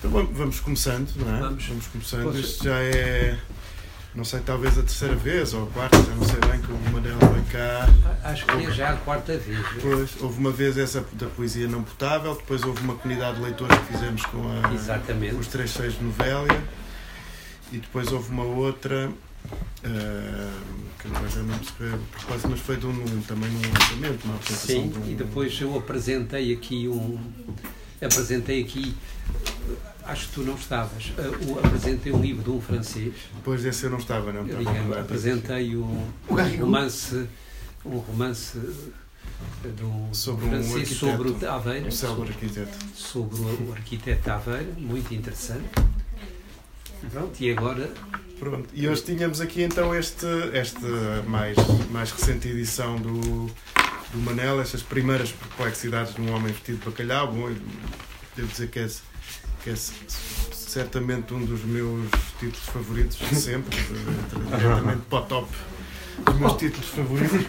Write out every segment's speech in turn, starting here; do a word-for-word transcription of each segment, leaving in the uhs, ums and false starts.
Então vamos começando, não é? Vamos, vamos começando. Isto já é, não sei, talvez a terceira vez ou a quarta, já não sei bem, que o Manel vem cá. Acho que é já a quarta vez. Depois, houve uma vez essa da poesia não potável, depois houve uma comunidade de leitores que fizemos com a, Exatamente. os três seis de Novélia, e depois houve uma outra, uh, que agora já não me percebi o propósito, mas foi de um, também num lançamento, uma apresentação. Sim, de um... e depois eu apresentei aqui um... Apresentei aqui... Acho que tu não estavas. Uh, apresentei um livro de um francês. Depois desse eu não estava, não. Eu digamos, apresentei um, um romance, um romance de um sobre francês um sobre o Aveiro. Um célebre arquiteto. Sobre o arquiteto Aveiro, muito interessante. Pronto, e agora... Pronto, e hoje tínhamos aqui então este, esta mais, mais recente edição do, do Manel, estas primeiras perplexidades de um homem vestido de bacalhau. Bom, eu devo dizer que é, que é certamente um dos meus títulos favoritos de sempre, diretamente para o top dos meus títulos favoritos.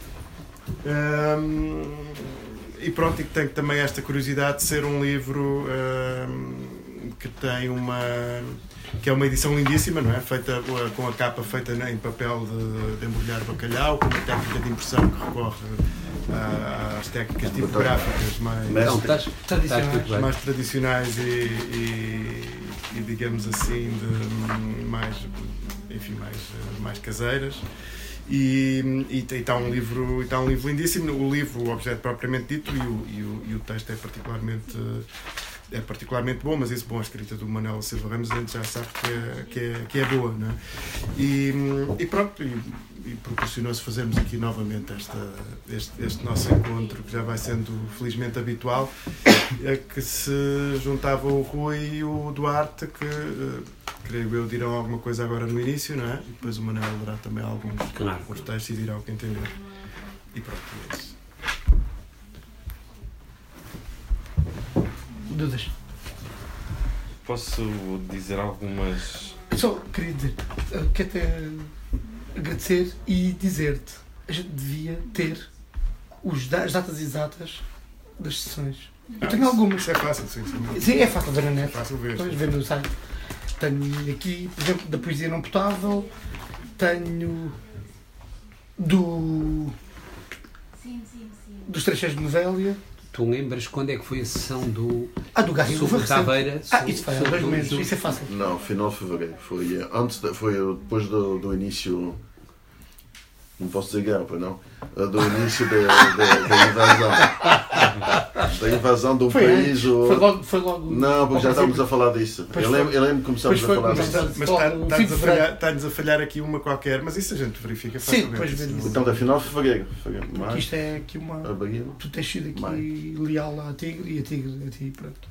Um, e pronto, e que tem também esta curiosidade de ser um livro um, que tem uma... que é uma edição lindíssima, não é? Feita com a capa feita em papel de, de embrulhar bacalhau, com uma técnica de impressão que recorre às técnicas tipográficas mais, não, estás, tradicionais, mais tradicionais e, e, e digamos assim de mais, enfim, mais, mais caseiras. E, e está um livro está um livro lindíssimo. O livro, o objeto propriamente dito, e o, e o, e o texto é particularmente é particularmente bom, mas isso, bom, a escrita do Manuel Silva Ramos, a gente já sabe que é, que é, que é boa, não é? E, e pronto, e, e proporcionou-se fazermos aqui novamente esta, este, este nosso encontro, que já vai sendo felizmente habitual, é que se juntava o Rui e o Duarte, que uh, creio eu dirão alguma coisa agora no início, não é? E depois o Manuel dará também alguns, claro, alguns textos e dirá o que entender. E pronto, é isso. Dudas. Posso dizer algumas... Só queria dizer, quero te agradecer e dizer-te, a gente devia ter os, as datas exatas das sessões. Eu tenho isso, algumas. Isso é fácil, sim, sim. Sim, é fácil ver na net. É fácil ver. Depois ver no site. Tenho aqui, por exemplo, da poesia não potável, tenho do... Sim, sim, sim. dos trechos de Novélia. Tu lembras quando é que foi a sessão do... Ah, do Garrigo. Sobre Taveira? Ah, isso foi há dois meses, isso é fácil. Não, final de fevereiro. Foi, antes de, foi depois do, do início... Não posso dizer guerra, pois não? Do início da, da, da invasão. Da invasão do foi país. Ou... Foi, logo, foi logo... Não, porque já estávamos a falar disso. Eu lembro, eu lembro que começamos foi, a falar disso. Mas está-nos a, falhar, está-nos a falhar aqui uma qualquer, mas isso a gente verifica facilmente. Sim, depois vemos. Então, da final de fevereiro. Mas, isto é aqui uma... Tu tens sido aqui mais leal à Tigre e a Tigre a ti, pronto.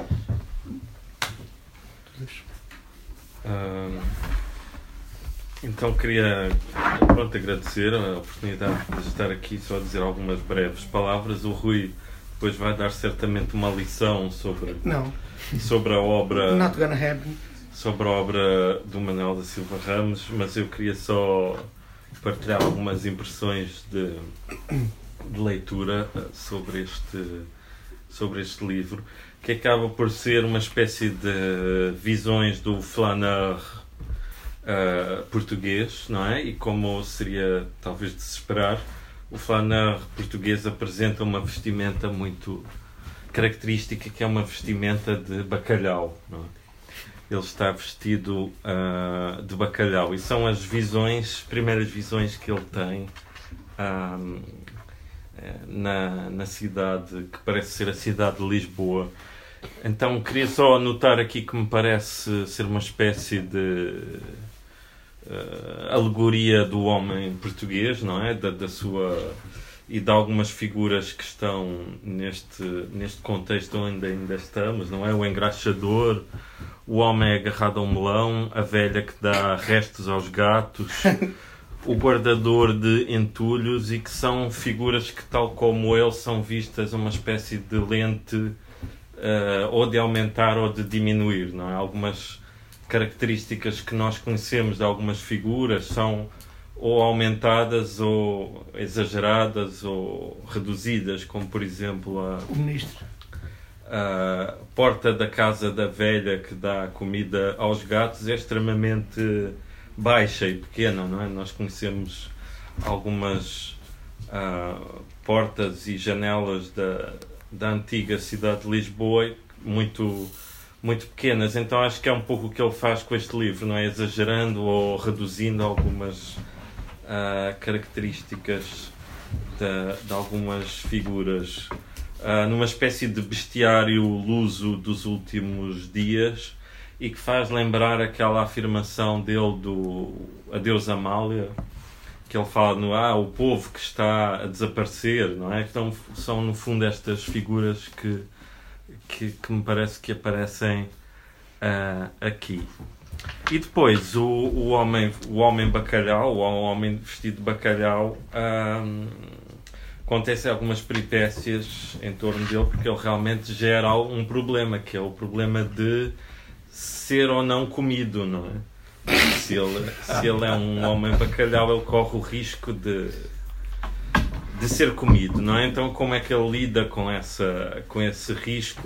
Uh, então queria pronto, agradecer a oportunidade de estar aqui, só a dizer algumas breves palavras. O Rui depois vai dar certamente uma lição sobre, Não. sobre a obra Not gonna happen. sobre a obra do Manuel da Silva Ramos, mas eu queria só partilhar algumas impressões de, de leitura sobre este, sobre este livro, que acaba por ser uma espécie de visões do flaneur uh, português, não é? E como seria talvez de se esperar, o flaneur português apresenta uma vestimenta muito característica, que é uma vestimenta de bacalhau, não é? Ele está vestido uh, de bacalhau, e são as visões, primeiras visões que ele tem um, na, na cidade, que parece ser a cidade de Lisboa. Então queria só anotar aqui que me parece ser uma espécie de uh, alegoria do homem português, não é? Da, da sua... e de algumas figuras que estão neste, neste contexto onde ainda estamos, não é? O engraxador, o homem agarrado a um melão, a velha que dá restos aos gatos, o guardador de entulhos, e que são figuras que, tal como ele, são vistas uma espécie de lente uh, ou de aumentar ou de diminuir, não é? Algumas características que nós conhecemos de algumas figuras são ou aumentadas ou exageradas ou reduzidas, como por exemplo a, o ministro, a porta da casa da velha que dá comida aos gatos é extremamente baixa e pequena, não é? Nós conhecemos algumas uh, portas e janelas da, da antiga cidade de Lisboa muito, muito pequenas, então acho que é um pouco o que ele faz com este livro, não é? Exagerando ou reduzindo algumas uh, características de, de algumas figuras, uh, numa espécie de bestiário luso dos últimos dias, e que faz lembrar aquela afirmação dele do Adeus Amália, que ele fala no ah, o povo que está a desaparecer, não é? Então, são no fundo estas figuras que, que, que me parece que aparecem uh, aqui. E depois o, o, homem, o homem bacalhau, o homem vestido de bacalhau, um, acontecem algumas peripécias em torno dele, porque ele realmente gera um problema, que é o problema de ser ou não comido, não é? Se ele, se ele é um homem bacalhau, ele corre o risco de, de ser comido, não é? Então, como é que ele lida com, essa, com esse risco?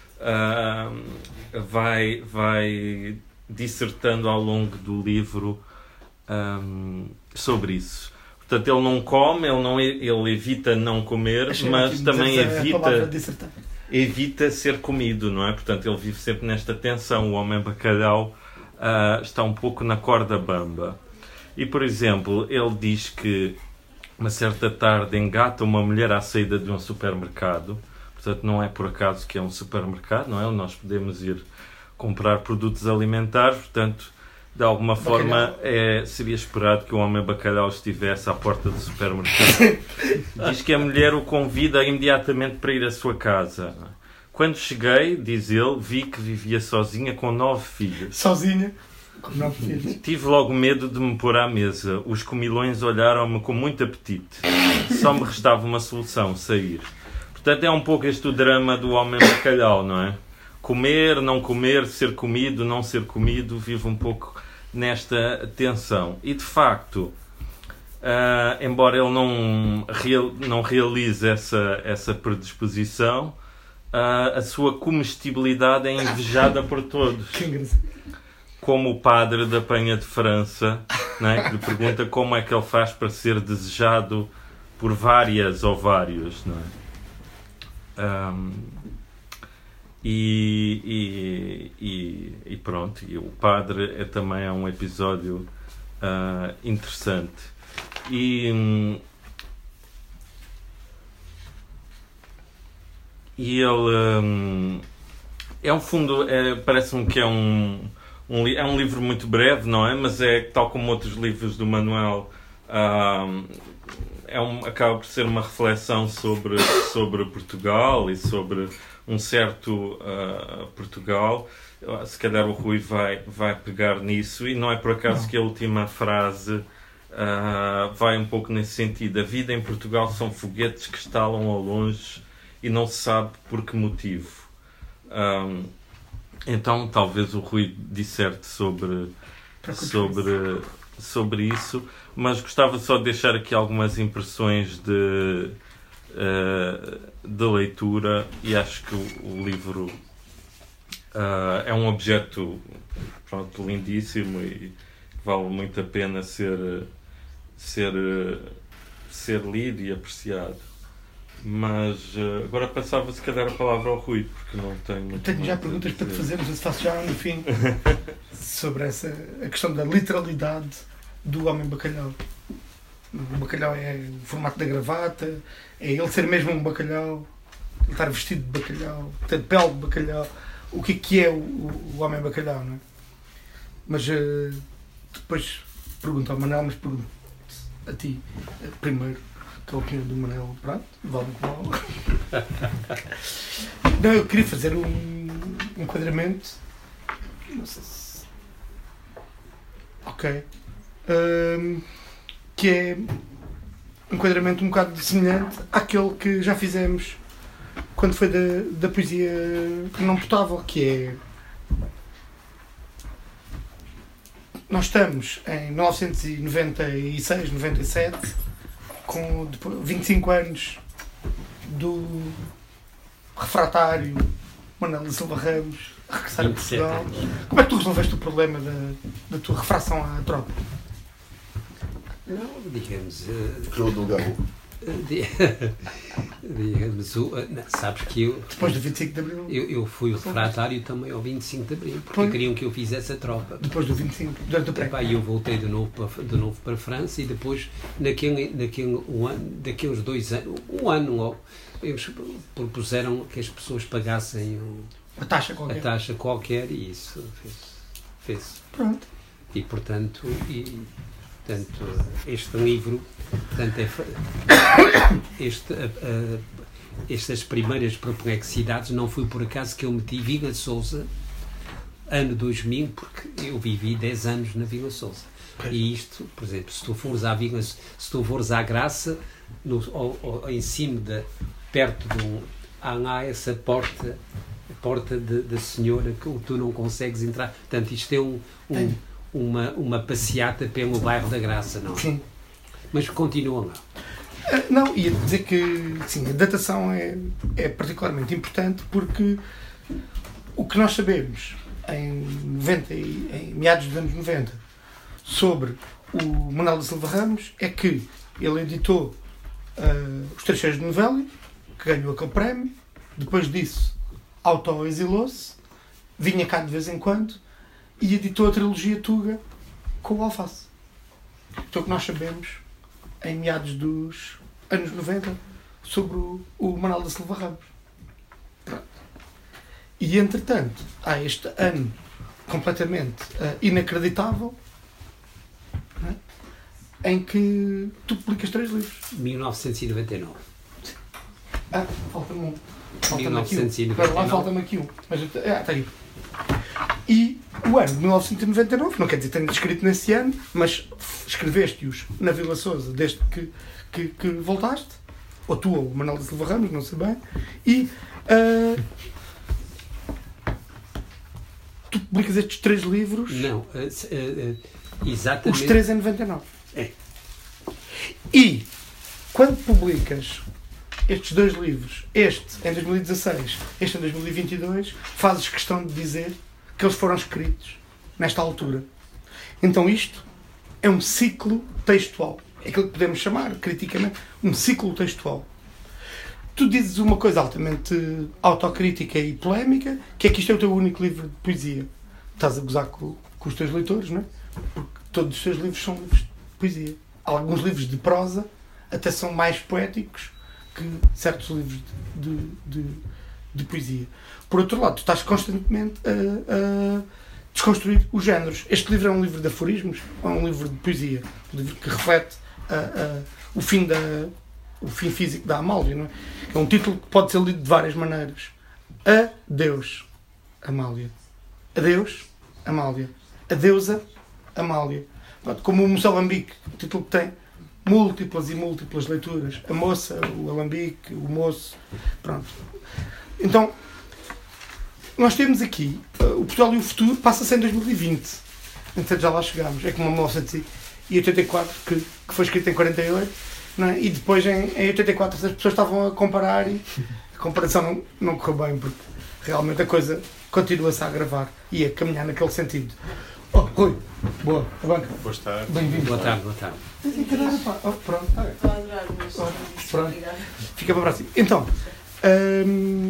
Uh, vai, vai dissertando ao longo do livro um, sobre isso. Portanto, ele não come, ele, não, ele evita não comer, Achei mas também evita... evita ser comido, não é? Portanto, ele vive sempre nesta tensão. O homem bacalhau uh, está um pouco na corda bamba. E, por exemplo, ele diz que uma certa tarde engata uma mulher à saída de um supermercado. Portanto, não é por acaso que é um supermercado, não é? Nós podemos ir comprar produtos alimentares. Portanto, de alguma bacalhau. forma, é, seria esperado que o homem bacalhau estivesse à porta do supermercado. Diz que a mulher o convida imediatamente para ir à sua casa. Quando cheguei, diz ele, vi que vivia sozinha com nove filhos. Sozinha? Com nove filhos. Tive logo medo de me pôr à mesa. Os comilões olharam-me com muito apetite. Só me restava uma solução, sair. Portanto, é um pouco este o drama do homem bacalhau, não é? Comer, não comer, ser comido, não ser comido, vive um pouco nesta tensão. E, de facto, uh, embora ele não, real, não realize essa, essa predisposição, uh, a sua comestibilidade é invejada por todos. Como o padre da Penha de França, não é? Que lhe pergunta como é que ele faz para ser desejado por várias ou vários, não é? Um, E, e, e, e pronto, e o padre é também é um episódio uh, interessante. E, um, e ele um, é um fundo, é, parece-me que é um, um, é um livro muito breve, não é? Mas é tal como outros livros do Manuel, uh, é um, acaba por ser uma reflexão sobre, sobre Portugal e sobre um certo uh, Portugal. Se calhar o Rui vai, vai pegar nisso, e não é por acaso não. que a última frase uh, vai um pouco nesse sentido. A vida em Portugal são foguetes que estalam ao longe e não se sabe por que motivo. Um, então talvez o Rui disserte sobre, sobre, sobre isso, mas gostava só de deixar aqui algumas impressões de Uh, de leitura, e acho que o, o livro uh, é um objeto, pronto, lindíssimo e vale muito a pena ser, ser, ser lido e apreciado. Mas uh, agora passava se calhar a palavra ao Rui, porque não tenho muito. Tenho já perguntas para te fazer, mas eu faço já no fim sobre essa, a questão da literalidade do homem bacalhau. O bacalhau é o formato da gravata, é ele ser mesmo um bacalhau, ele estar vestido de bacalhau, ter pele de bacalhau. O que é que é o, o homem bacalhau, não é? Mas uh, depois pergunto ao Manel, mas pergunto a ti uh, primeiro, que é a opinião do Manel, pronto, vale muito mal. Não, eu queria fazer um enquadramento, não sei se... Ok. Um, que é um enquadramento um bocado semelhante àquele que já fizemos quando foi da, da poesia não potável, que é... Nós estamos em mil novecentos e noventa e seis, noventa e sete, com vinte e cinco anos do refratário Manuel da Silva Ramos, a regressar a vinte e sete Portugal. anos. Como é que tu resolveste o problema da, da tua refração à tropa? Não, digamos. Uh, Claude Nougaro. digamos, o, uh, não, sabes que eu, Depois do vinte e cinco de Abril? eu, eu fui refratário também ao vinte e cinco de Abril, porque Foi. queriam que eu fizesse a tropa. Depois do vinte e cinco, durante o pré. Epá, e eu voltei de novo para, de novo para a França e depois, naquele, naquele, um ano, daqueles dois anos, um ano, eles propuseram que as pessoas pagassem um, A taxa a qualquer. taxa qualquer e isso fez. fez. Pronto. E, portanto, e, portanto este livro, portanto, é, este, a, a, estas primeiras perplexidades não foi por acaso que eu meti Vila Sousa, ano dois mil, porque eu vivi dez anos na Vila Sousa. E isto, por exemplo, se tu fores à Vila, se tu fores à Graça, no, ao, ao, em cima, de, perto de um, há lá essa porta, a porta da senhora que tu não consegues entrar. Portanto, isto é um, um, uma, uma passeata pelo bairro da Graça, não? Sim. Mas continuam lá. Ah, não, ia dizer que sim, a datação é, é particularmente importante porque o que nós sabemos em, noventa, em meados dos anos noventa sobre o Manuel da Silva Ramos é que ele editou uh, Os Três Cheios de Novela, que ganhou aquele prémio, depois disso auto-exilou-se, vinha cá de vez em quando e editou a trilogia Tuga com o Alface. Então o que nós sabemos em meados dos anos noventa sobre o, o Manuel da Silva Ramos. Pronto. E entretanto há este ano completamente uh, inacreditável, né, em que tu publicas três livros. mil novecentos e noventa e nove. Ah, falta-me um. Falta-me mil novecentos e noventa e nove. aqui um. Espera lá, falta-me aqui um. Mas, eu te- ah, está aí. E o ano de mil novecentos e noventa e nove, não quer dizer que tenhas escrito nesse ano, mas escreveste-os na Vila Sousa desde que, que, que voltaste, ou tu ou o Manuel da Silva Ramos, não sei bem, e ah, tu publicas estes três livros, Não, uh, uh, uh, exatamente. os três em noventa e nove. É. E quando publicas estes dois livros, este em dois mil e dezasseis, este em dois mil e vinte e dois, fazes questão de dizer que eles foram escritos nesta altura. Então isto é um ciclo textual. É aquilo que podemos chamar, criticamente, um ciclo textual. Tu dizes uma coisa altamente autocrítica e polémica, que é que isto é o teu único livro de poesia. Estás a gozar com, com os teus leitores, não é? Porque todos os teus livros são livros de poesia. Alguns livros de prosa até são mais poéticos que certos livros de, de, de, de poesia. Por outro lado, tu estás constantemente a, a desconstruir os géneros. Este livro é um livro de aforismos ou é um livro de poesia? Um livro que reflete a, a, o, fim da, o fim físico da Amália, não é? É um título que pode ser lido de várias maneiras. Adeus, Amália. Adeus, Amália. A deusa, Amália. Como o Moçambique, o título que tem múltiplas e múltiplas leituras. A moça, o alambique, o moço. Pronto. Então, nós temos aqui uh, o Portugal e o Futuro passa-se em dois mil e vinte. Então já lá chegámos. É como mil novecentos e oitenta e quatro, que, que foi escrito em quarenta e oito, não é? E depois em, em oitenta e quatro as pessoas estavam a comparar e a comparação não, não correu bem, porque realmente a coisa continua-se a agravar e a caminhar naquele sentido. Oh, Rui, boa, a banca. Boa tarde. Bem-vindo. Boa tarde, boa tarde. Oh, pronto. Estou a adorar, mas Oh, pronto. obrigada. Fica para a próxima. Então, hum,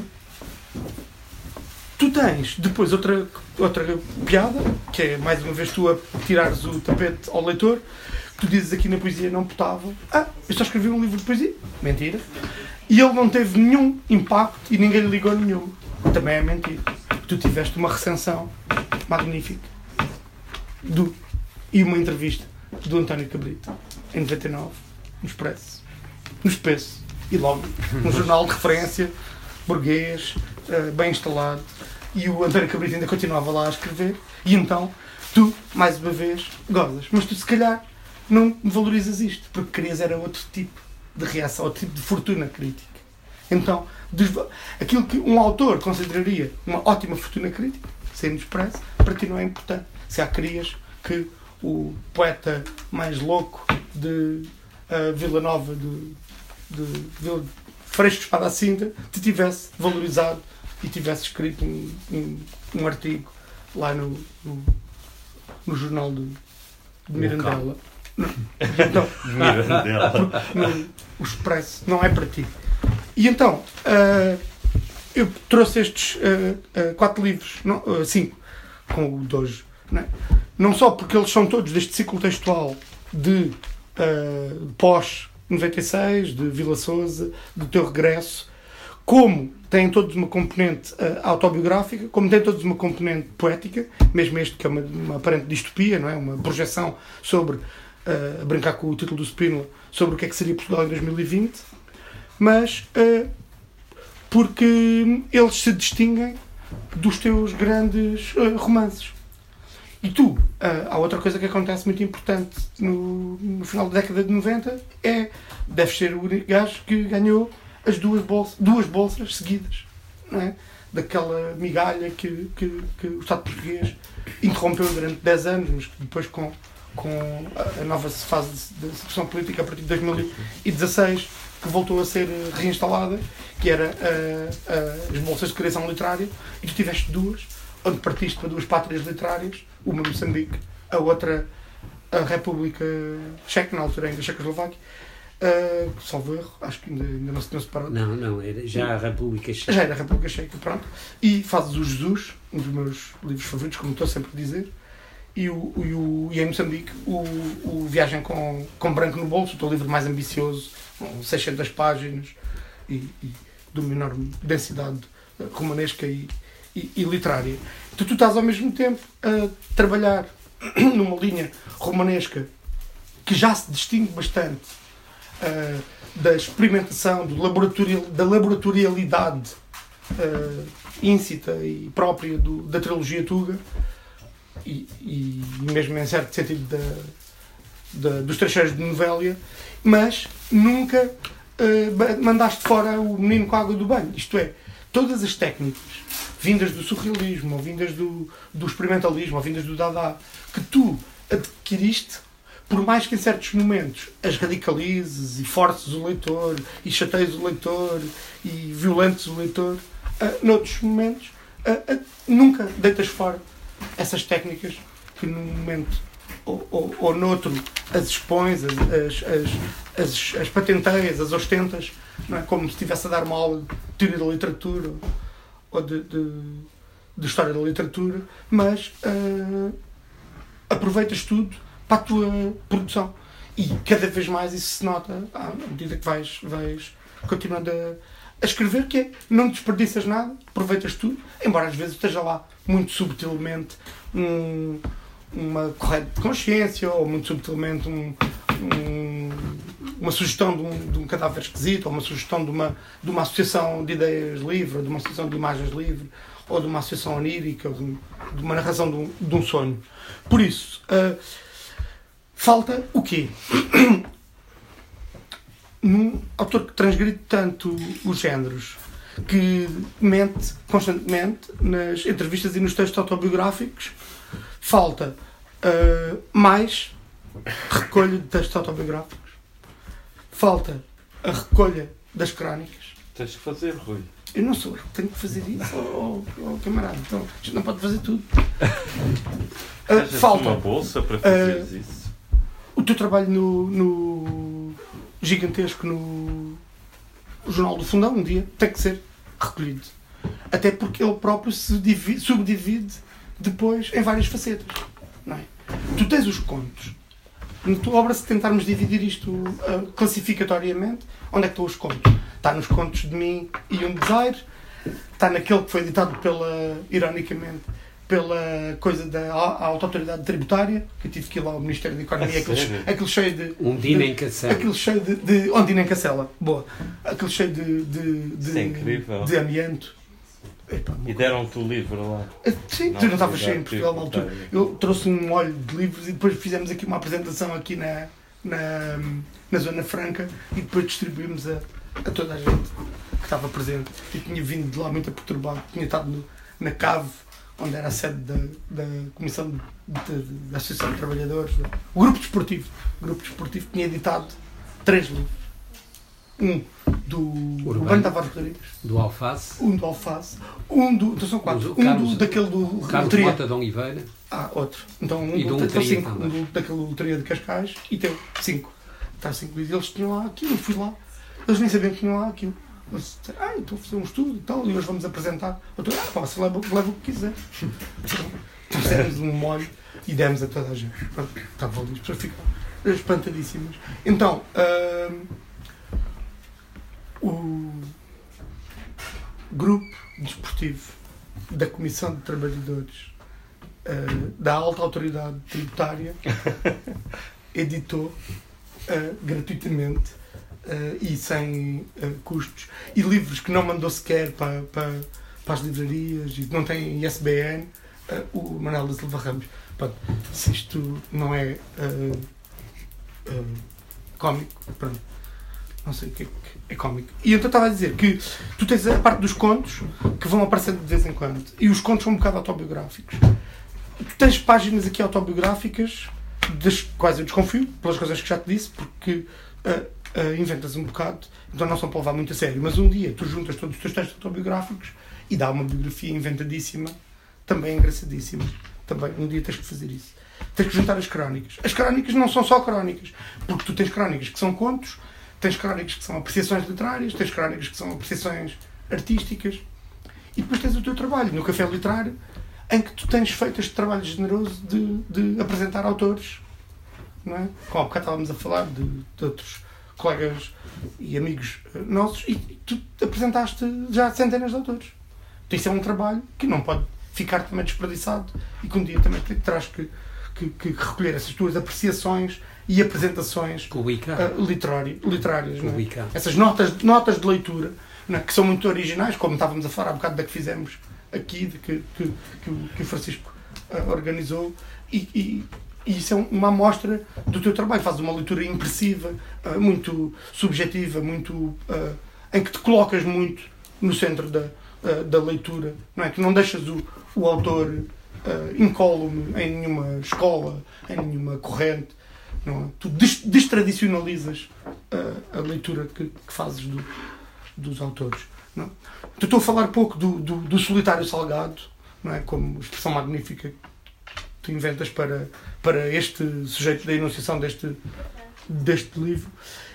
tu tens depois outra, outra piada, que é mais uma vez tu a tirares o tapete ao leitor, que tu dizes aqui na Poesia Não Potável: ah, eu só escrevi um livro de poesia. Mentira. E ele não teve nenhum impacto e ninguém lhe ligou nenhum. Também é mentira. Tu tiveste uma recensão magnífica do, e uma entrevista do António Cabrita em noventa e nove, no Expresso, no Expresso, e logo num jornal de referência burguês, uh, bem instalado, e o António Cabrita ainda continuava lá a escrever, e então tu, mais uma vez, gozas. Mas tu se calhar não valorizas isto, porque querias era outro tipo de reação, outro tipo de fortuna crítica. Então, desva- aquilo que um autor consideraria uma ótima fortuna crítica, sendo Expresso, para ti não é importante. Se há querias que o poeta mais louco de uh, Vila Nova, de, de, de Freixo de Espada à Cinta, te tivesse valorizado e tivesse escrito um, um, um artigo lá no, no, no jornal de, de Mirandela. Não, então, Mirandela. no, o Expresso, não é para ti. E então, uh, eu trouxe estes uh, uh, quatro livros, não, uh, cinco, com o de hoje. Não, é? Não só porque eles são todos deste ciclo textual de uh, pós noventa e seis, de Vila Sousa, do teu regresso, como têm todos uma componente uh, autobiográfica, como têm todos uma componente poética, mesmo este que é uma, uma aparente distopia, não é? Uma projeção sobre, uh, a brincar com o título do Spínola, sobre o que é que seria Portugal em dois mil e vinte, mas uh, porque eles se distinguem dos teus grandes uh, romances. E tu, uh, há outra coisa que acontece muito importante no, no final da década de noventa, é, deves ser o único gajo que ganhou as duas bolsas, duas bolsas seguidas, não é? Daquela migalha que, que, que o Estado português interrompeu durante dez anos, mas que depois com, com a nova fase de situação política a partir de dois mil e dezasseis, que voltou a ser reinstalada, que era uh, uh, as bolsas de criação literária, e tu tiveste duas, onde partiste para duas pátrias literárias, uma Moçambique, a outra a República Checa, na altura ainda a Checoslováquia, uh, salvo erro, acho que ainda, ainda não se tinham separado. Não, não, era já a República Checa. Já era a República Checa, pronto. E fazes o Jesus, um dos meus livros favoritos, como estou sempre a dizer, e, o, e, o, e em Moçambique, o, o Viagem com, com Branco no Bolso, o teu livro mais ambicioso, com seiscentas páginas, e, e de uma enorme densidade romanesca e, e, e literária. Então, tu estás ao mesmo tempo a trabalhar numa linha romanesca que já se distingue bastante uh, da experimentação, do laboratorial, da laboratorialidade uh, íncita e própria do, da trilogia Tuga, e, e mesmo em certo sentido da, da, dos trecheiros de Novélia, mas nunca uh, mandaste fora o menino com a água do banho. Isto é, todas as técnicas vindas do surrealismo, ou vindas do, do experimentalismo, ou vindas do Dada, que tu adquiriste, por mais que em certos momentos as radicalizes e forces o leitor, e chateies o leitor, e violentes o leitor, uh, noutros momentos uh, uh, nunca deitas fora essas técnicas que num momento ou, ou, ou noutro as expões, as, as, as, as patenteias, as ostentas, não é? Como se estivesse a dar uma aula de teoria da literatura ou de, de, de história da literatura, mas uh, aproveitas tudo para a tua produção. E cada vez mais isso se nota à medida que vais, vais continuando a, a escrever, que é, não desperdiças nada, aproveitas tudo, embora às vezes esteja lá muito subtilmente um, uma corrente de consciência, ou muito subtilmente um, um, uma sugestão de um, de um cadáver esquisito, ou uma sugestão de uma, de uma associação de ideias livre, ou de uma associação de imagens livre, ou de uma associação onírica, ou de, um, de uma narração de um, de um sonho. Por isso, uh, falta o quê? Num autor que transgride tanto os géneros, que mente constantemente nas entrevistas e nos textos autobiográficos, falta uh, mais recolha de textos autobiográficos, falta a recolha das crónicas. Tens de fazer, Rui. Eu não sou eu que tenho que fazer isso, oh, oh, oh, camarada, então, isto não pode fazer tudo. Uh, falta uma bolsa para fazer uh, isso. O teu trabalho no, no gigantesco no Jornal do Fundão, um dia, tem que ser recolhido. Até porque ele próprio se divide, subdivide depois em várias facetas. Não é? Tu tens os contos. Na tua obra, se tentarmos dividir isto uh, classificatoriamente, onde é que estão os contos? Está nos contos de mim e um desaire, está naquele que foi editado pela, ironicamente, pela coisa da auto-autoridade tributária, que eu tive que ir lá ao Ministério da Economia, aquele, aquele cheio de... Undina em Cacela. Aquele cheio de... de Undina em Cacela, boa. Aquele cheio de... de, de, é incrível. De amianto. Epa, e deram-te o livro lá. Sim, tu não estavas cheio em Portugal na altura. Eu trouxe um molho de livros e depois fizemos aqui uma apresentação aqui na, na, na Zona Franca e depois distribuímos a, a toda a gente que estava presente. E tinha vindo de lá muito perturbado. Tinha estado no, na cave, onde era a sede da, da Comissão de, de, da Associação de Trabalhadores. O Grupo Desportivo. O Grupo Desportivo tinha editado três livros. um do Urbano. Urbano Tavares Rodrigues, Do Alface. um do Alface, um do. Então são quatro. O Um Carlos- do, daquele do. Carlos Tria. Mota de Oliveira. Ah, outro. Então um E do, de um então trio cinco. também. Um do, daquele Loteria de Cascais e teu. Cinco. Está cinco. E eles tinham lá aquilo. Eu fui lá. Eles nem sabiam que tinham lá aquilo. Eles disseram, ah, eu estou a fazer um estudo e tal, e hoje vamos apresentar. Eu estou, ah, pá, você leva, leva o que quiser. Trouxemos um molho e demos a toda a gente. Pronto, estava ali, as pessoas ficaram espantadíssimas. Então, hum, o grupo desportivo da Comissão de Trabalhadores uh, da Alta Autoridade Tributária editou uh, gratuitamente uh, e sem uh, custos e livros que não mandou sequer para, para, para as livrarias e não têm I S B N, uh, o Manuel da Silva Ramos. Pronto, se isto não é uh, uh, cómico, pronto, não sei o que é que é cómico. E então estava a dizer que tu tens a parte dos contos que vão aparecendo de vez em quando e os contos são um bocado autobiográficos. Tu tens páginas aqui autobiográficas das quais eu desconfio, pelas razões que já te disse, porque uh, uh, inventas um bocado, então não são para levar muito a sério. Mas um dia tu juntas todos os teus textos autobiográficos e dá uma biografia inventadíssima, também engraçadíssima. Também um dia tens que fazer isso. Tens que juntar as crónicas. As crónicas não são só crónicas, porque tu tens crónicas que são contos, tens crónicas que são apreciações literárias, tens crónicas que são apreciações artísticas e depois tens o teu trabalho no Café Literário, em que tu tens feito este trabalho generoso de, de apresentar autores, não é? Como há bocado estávamos a falar de, de outros colegas e amigos nossos e tu apresentaste já centenas de autores. Então isso é um trabalho que não pode ficar também desperdiçado e que um dia também terás que, que, que recolher essas tuas apreciações e apresentações uh, literárias, literárias não é? Essas notas, notas de leitura, não é? Que são muito originais, como estávamos a falar há bocado da que fizemos aqui, de que, que, que, o, que o Francisco uh, organizou e, e, e isso é uma amostra do teu trabalho. Fazes uma leitura impressiva, uh, muito subjetiva, muito, uh, em que te colocas muito no centro da, uh, da leitura, não é? Que não deixas o, o autor uh, incólume em nenhuma escola, em nenhuma corrente. Não é? Tu destradicionalizas uh, a leitura que, que fazes do, dos autores. Não é? Tu estou a falar pouco do, do, do solitário salgado, não é? Como expressão magnífica que tu inventas para, para este sujeito da enunciação deste, deste livro.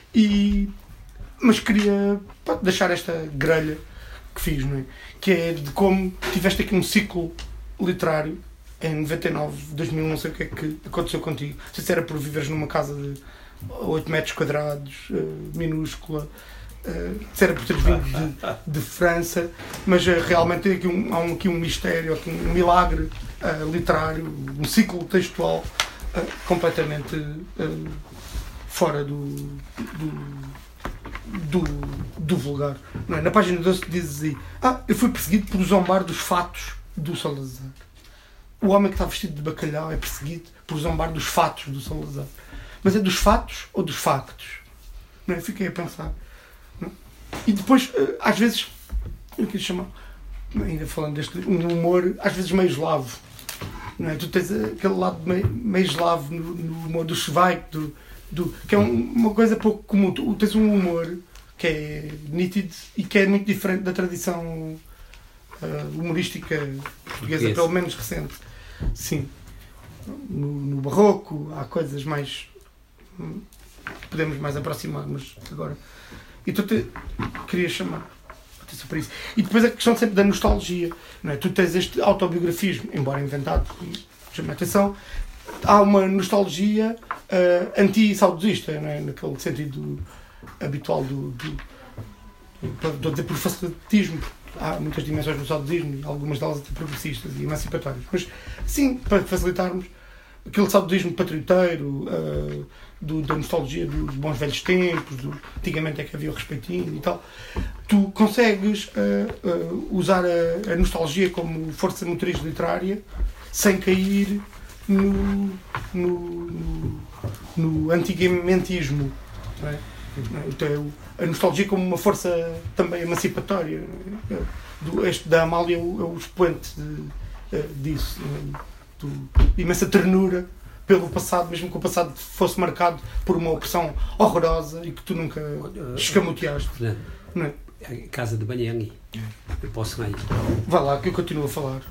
E, mas queria pá, deixar esta grelha que fiz, não é? Que é de como tiveste aqui um ciclo literário em noventa e nove, dois mil, não sei o que é que aconteceu contigo. Não sei se era por viveres numa casa de oito metros quadrados, uh, minúscula, uh, se era por teres vindo de, de França, mas uh, realmente tem aqui um, há um, aqui um mistério, aqui um milagre uh, literário, um ciclo textual uh, completamente uh, fora do, do, do, do vulgar. Não é? Na página doze diz assim: ah, eu fui perseguido por zombar dos fatos do Salazar. O homem que está vestido de bacalhau é perseguido por zombar dos fatos do Salazar. Mas é dos fatos ou dos factos? Não é? Fiquei a pensar. Não? E depois, às vezes, eu queria chamar, ainda falando deste, um humor, às vezes meio eslavo. Não é? Tu tens aquele lado meio, meio eslavo no, no humor do Zweig, do, do, que é um, uma coisa pouco comum. Tu tens um humor que é nítido e que é muito diferente da tradição uh, humorística portuguesa, yes. Pelo menos recente. Sim. No, no barroco há coisas mais podemos mais aproximar, mas agora então te queria chamar atenção para isso. E depois a questão sempre da nostalgia, não é? Tu tens este autobiografismo, embora inventado, chama a atenção, há uma nostalgia uh, anti-saudosista, não é? Naquele sentido habitual do, do, do, do, do por facilitismo. Há muitas dimensões no saudosismo, algumas delas até progressistas e emancipatórias. Mas, sim, para facilitarmos, aquele saudosismo patrioteiro, uh, do, da nostalgia dos bons velhos tempos, do, antigamente é que havia o respeitinho e tal, tu consegues uh, uh, usar a, a nostalgia como força motriz literária sem cair no, no, no, no antiguamentismo. Não é? Então, a nostalgia como uma força também emancipatória. Do, este da Amália é o, é o expoente de, disso, de, de imensa ternura pelo passado, mesmo que o passado fosse marcado por uma opressão horrorosa e que tu nunca escamoteaste. Não é? A casa de banho é ali. Eu posso ir. Vai lá, que eu continuo a falar.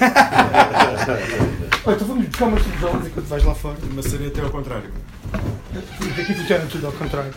Olha, então vamos buscar umas tijolas enquanto vais lá fora. Mas seria até ao contrário. Aqui funciona tudo ao contrário.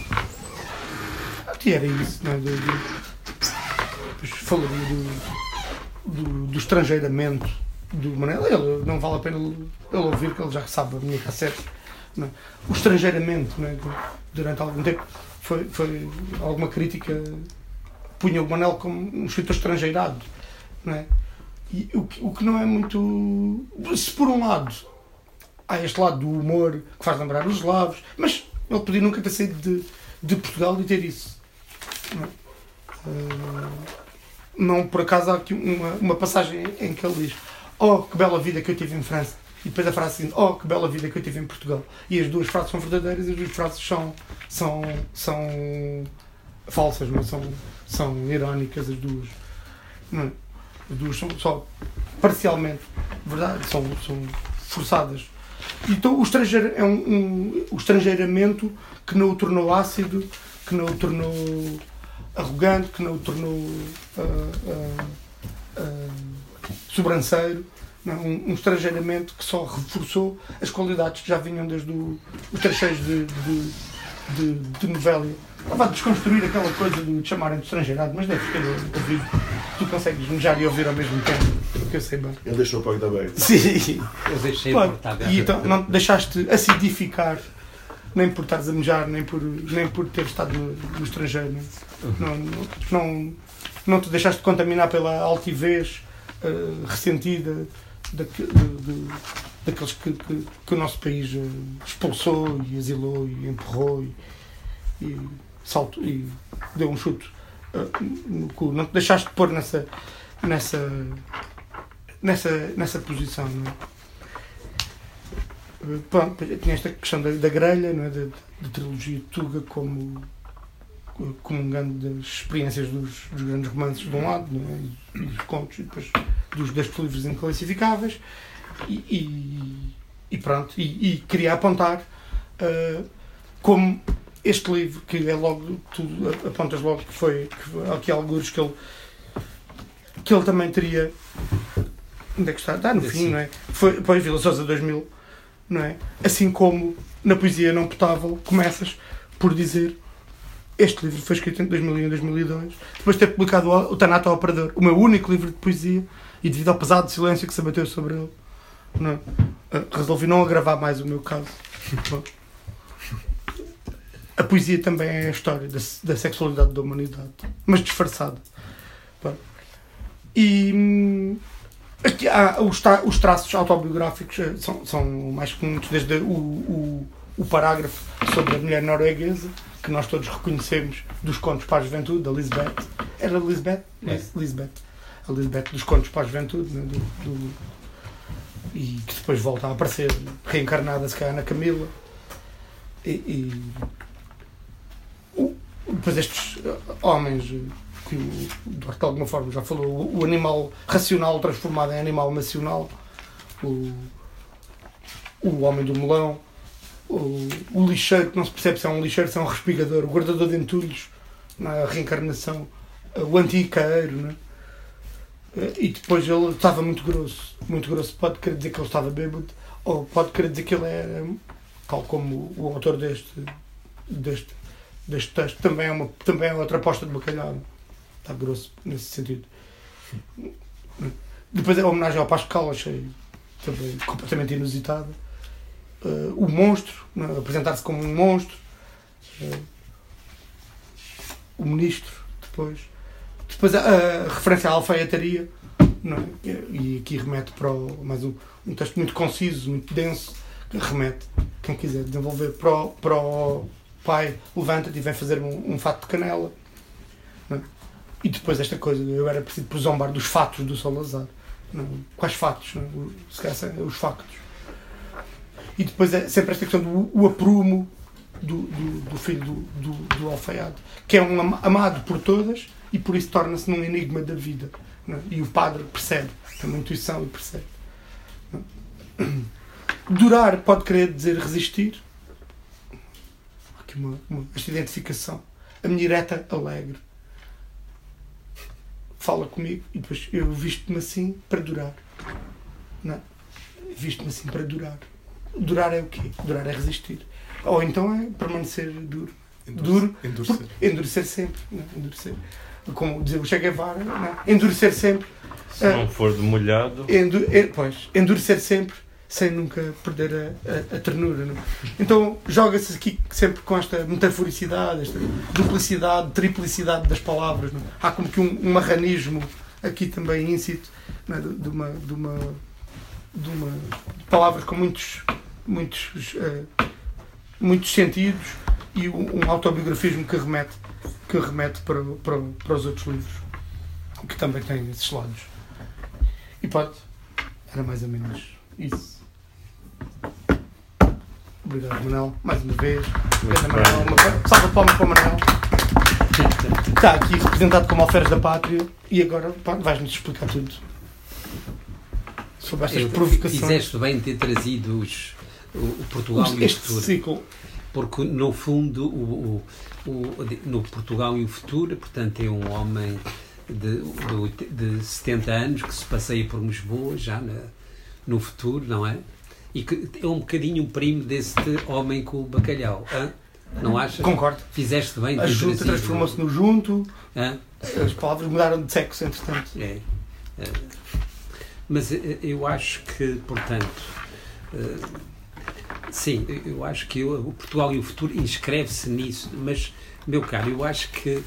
Aqui era isso, não é? Do, do, depois falaria do, do, do estrangeiramento do Manel. Ele, não vale a pena ele ouvir, que ele já sabe a minha cassete. Não é? O estrangeiramento, não é? Durante algum tempo foi, foi alguma crítica, punha o Manel como um escritor estrangeirado, não é? E o que, o que não é muito... Se por um lado há este lado do humor que faz lembrar os eslavos, mas ele podia nunca ter saído de, de Portugal e ter isso. Não, uh, não por acaso há aqui uma, uma passagem em que ele diz: oh, que bela vida que eu tive em França. E depois a frase seguinte: oh, que bela vida que eu tive em Portugal. E as duas frases são verdadeiras e as duas frases são, são, são falsas, não são, são irónicas as duas. Não, as duas são só parcialmente verdade, são, são forçadas. Então o, estrangeiro é um, um, o estrangeiramento que não o tornou ácido, que não o tornou arrogante, que não o tornou uh, uh, uh, sobranceiro. Não, um, um estrangeiramento que só reforçou as qualidades que já vinham desde o, os trecheiros de, de, de, de novela. Estava a desconstruir aquela coisa de chamarem de estrangeirado, mas deves ter ouvido. Tu consegues mejar e ouvir ao mesmo tempo, porque eu sei bem. Ele deixou o porta aberta. Sim. Eu deixei Claro. a porta aberta. E então não te deixaste acidificar, nem por estares a mejar, nem por, nem por ter estado no, no estrangeiro. Não, não, não, não te deixaste contaminar pela altivez uh, ressentida daque, de, de, daqueles que, que, que o nosso país uh, expulsou e exilou e empurrou e, e, salto, e deu um chute uh, no cu. Não te deixaste pôr nessa, nessa, nessa, nessa posição. Não é? Pronto, tinha esta questão da, da grelha, não é? da, da trilogia Tuga como comungando das experiências dos, dos grandes romances de um lado, não é? E dos contos, e depois dos destes livros inclassificáveis, e, e, e pronto, e, e queria apontar uh, como este livro, que é logo, tu apontas logo que foi, que foi aqui alguns que ele que ele também teria, onde é que está? Está no fim, não é? Foi depois Vila Sousa dois mil, não é? Assim como na poesia não potável começas por dizer: este livro foi escrito entre dois mil e um e dois mil e dois, depois de ter publicado o Tanato ao Operador, o meu único livro de poesia, e devido ao pesado silêncio que se abateu sobre ele, não é? Resolvi não agravar mais o meu caso. Bom, a poesia também é a história da, da sexualidade da humanidade, mas disfarçada. Bom, e aqui há, os, tra, os traços autobiográficos são, são mais comuns, desde o, o, o parágrafo sobre a mulher norueguesa, que nós todos reconhecemos dos Contos para a Juventude, da Lisbeth. Era Lisbeth? É. Lisbeth. A Lisbeth dos Contos para a Juventude, né? do, do, e que depois volta a aparecer reencarnada, se calhar, na Camila. E, e o, depois estes homens, que o Duarte de alguma forma já falou, o, o animal racional transformado em animal nacional, o, o homem do melão, O, o lixeiro, que não se percebe se é um lixeiro, se é um respigador, o guardador de entulhos, na reencarnação, o anticaeiro, né? E depois ele estava muito grosso, muito grosso. Pode querer dizer que ele estava bêbado, ou pode querer dizer que ele era, tal como o autor deste, deste, deste texto, também é, uma, também é outra aposta de bacalhau. Está grosso nesse sentido. Depois a homenagem ao Pascal, achei também completamente inusitada. Uh, o monstro, né? Apresentar-se como um monstro, uh, o ministro, depois, depois a, a referência à alfaiataria, não é? E aqui remete para o, mais um, um texto muito conciso, muito denso, que remete, quem quiser desenvolver, para o, para o pai, levanta-te e vem fazer um, um fato de canela, não é? E depois esta coisa, eu era preciso por zombar dos fatos do Salazar, não é? Quais fatos? Não é? Se calhar são os factos. E depois é sempre esta questão do o aprumo do, do, do filho do, do, do alfaiate, que é um amado por todas e por isso torna-se num enigma da vida. Não é? E o padre percebe, tem uma intuição e percebe. Não é? Durar pode querer dizer resistir. Há aqui uma, uma, esta identificação. A minha ireta alegre fala comigo e depois eu visto-me assim para durar. Não, visto-me assim para durar. Durar é o quê? Durar é resistir. Ou então é permanecer duro. Duro. Endurecer. Endurecer sempre. Não, endurecer. Como dizer o Che Guevara, não, endurecer sempre. Se não for de molhado. Endu, pois, endurecer sempre, sem nunca perder a, a, a ternura. Não? Então joga-se aqui sempre com esta metaforicidade, esta duplicidade, triplicidade das palavras. Não? Há como que um, um marranismo aqui também íncito, não? de, de, uma, de, uma, de uma de palavras com muitos, muitos, uh, muitos sentidos e um, um autobiografismo que remete, que remete para, para, para os outros livros, que também têm esses lados. E pode, era mais ou menos isso. Obrigado, Manel, mais uma vez. Obrigado, Manel. Uma salva de palmas para o Manel. Está aqui representado como alferes da pátria e agora pá, vais-nos explicar tudo sobre estas Eu, provocações. Fizeste bem de ter trazido os, o, o Portugal Este e o futuro. ciclo. Porque, no fundo, o, o, o, no Portugal e o futuro, portanto, é um homem de, de, de setenta anos que se passeia por Lisboa, já na, no futuro, não é? E que é um bocadinho um primo desse homem com o bacalhau. Hã? Não achas? Concordo. Fizeste bem de A ter junta trazido. transformou-se no junto. Hã? As palavras mudaram de sexo, entretanto. É. É. Mas eu acho que, portanto, sim, eu acho que eu, o Portugal e o futuro inscreve-se nisso, mas, meu caro, eu acho que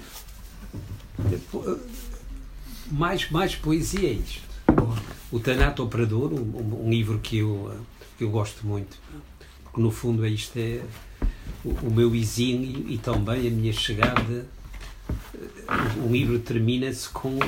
mais, mais poesia é isto. O Tanato Operador, um, um livro que eu, eu gosto muito, porque no fundo isto é o, o meu exílio e também a minha chegada. O livro termina-se com